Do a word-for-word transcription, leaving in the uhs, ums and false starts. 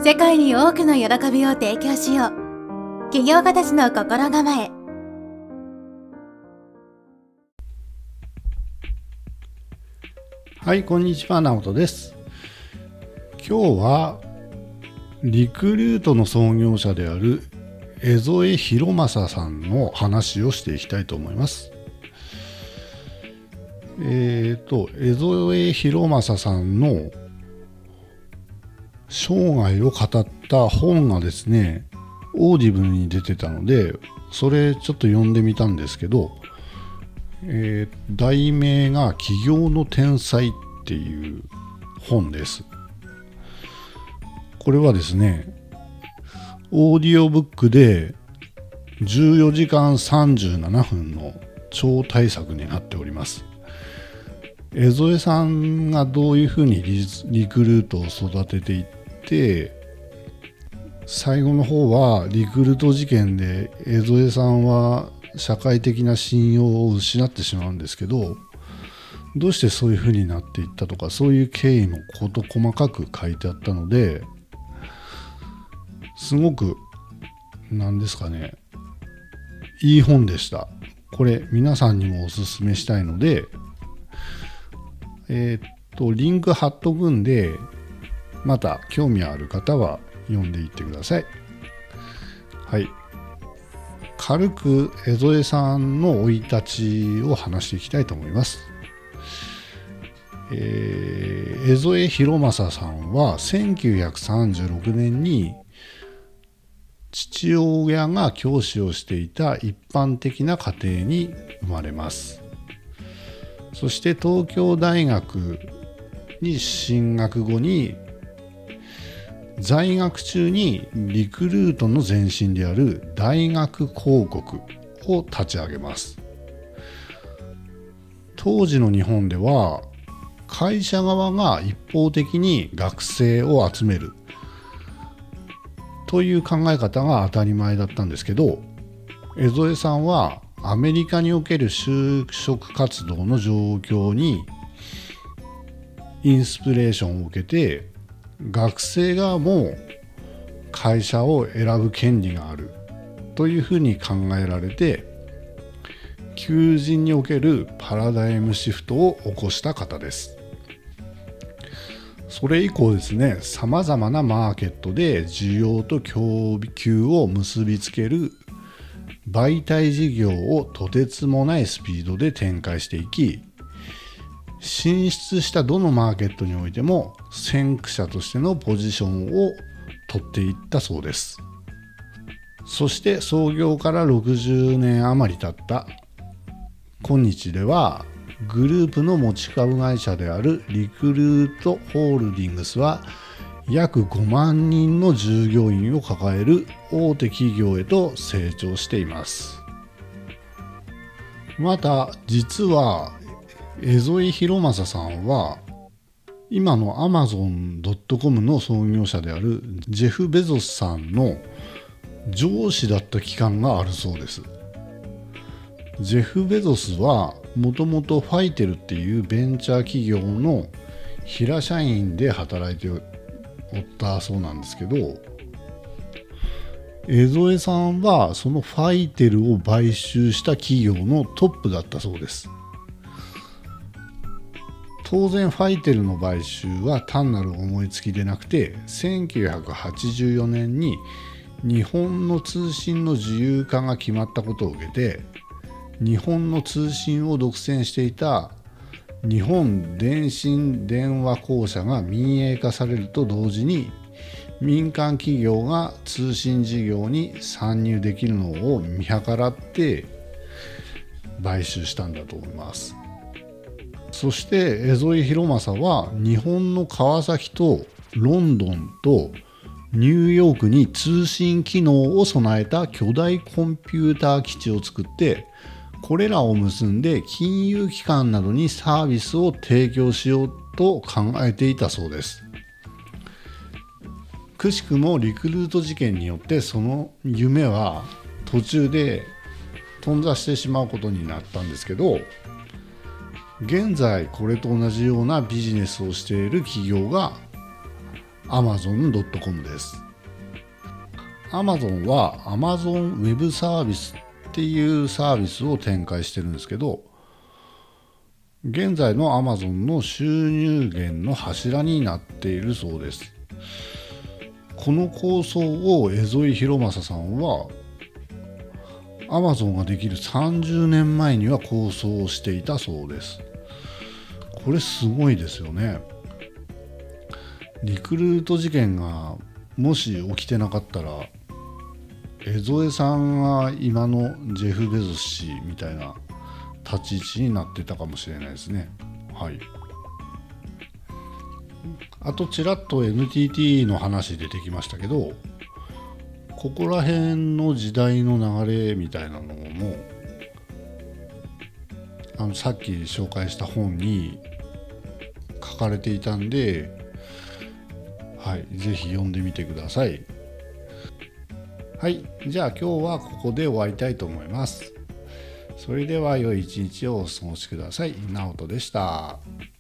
世界に多くの喜びを提供しよう。起業家たちの心構え。 はい、こんにちは、直人です。今日はリクルートの創業者である江副浩正さんの話をしていきたいと思います。えっと江副浩正さんの生涯を語った本がですね、オーディブルに出てたので、それちょっと読んでみたんですけど、えー、題名が起業の天才っていう本です。これはですね、オーディオブックでじゅうよじかんさんじゅうななふんの超大作になっております。江副さんがどういうふうに リ, リクルートを育てていって、最後の方はリクルート事件で江副さんは社会的な信用を失ってしまうんですけど、どうしてそういうふうになっていったとか、そういう経緯も事細かく書いてあったので、すごく何ですかね、いい本でした。これ皆さんにもおすすめしたいので、えー、っとリンク貼っとくんで、また興味ある方は読んでいってください。はい。軽く江副さんの生い立ちを話していきたいと思います。えー、江副浩正さんはせんきゅうひゃくさんじゅうろくねんに父親が教師をしていた一般的な家庭に生まれます。そして東京大学に進学後に、在学中にリクルートの前身である大学広告を立ち上げます。当時の日本では会社側が一方的に学生を集めるという考え方が当たり前だったんですけど、江副さんはアメリカにおける就職活動の状況にインスピレーションを受けて、学生側も会社を選ぶ権利があるというふうに考えられて、求人におけるパラダイムシフトを起こした方です。それ以降ですね、さまざまなマーケットで需要と供給を結びつける媒体事業をとてつもないスピードで展開していき、進出したどのマーケットにおいても先駆者としてのポジションを取っていったそうです。そして創業からろくじゅうねん余り経った今日では、グループの持ち株会社であるリクルートホールディングスは約ごまんにんの従業員を抱える大手企業へと成長しています。また実は江副浩正さんは今の アマゾンドットコム の創業者であるジェフ・ベゾスさんの上司だった期間があるそうです。ジェフ・ベゾスはもともとファイテルっていうベンチャー企業の平社員で働いておったそうなんですけど、江副さんはそのファイテルを買収した企業のトップだったそうです。当然ファイテルの買収は単なる思いつきでなくて、せんきゅうひゃくはちじゅうよねんに日本の通信の自由化が決まったことを受けて、日本の通信を独占していた日本電信電話公社が民営化されると同時に、民間企業が通信事業に参入できるのを見計らって買収したんだと思います。そして江副浩正は日本の川崎とロンドンとニューヨークに通信機能を備えた巨大コンピューター基地を作って、これらを結んで金融機関などにサービスを提供しようと考えていたそうです。くしくもリクルート事件によってその夢は途中で頓挫してしまうことになったんですけど、現在これと同じようなビジネスをしている企業がアマゾンドットコム です。Amazon は Amazon Web サービスっていうサービスを展開してるんですけど、現在の Amazon の収入源の柱になっているそうです。この構想を江添博正さんは Amazon ができるさんじゅうねんまえには構想をしていたそうです。これすごいですよね。リクルート事件がもし起きてなかったら、江添さんが今のジェフ・ベゾス氏みたいな立ち位置になってたかもしれないですね。はい。あとちらっと エヌティーティー の話出てきましたけど、ここら辺の時代の流れみたいなのもあのさっき紹介した本に書かれていたんで、はい、ぜひ読んでみてください。はい、じゃあ今日はここで終わりたいと思います。それでは良い一日をお過ごしください。直人でした。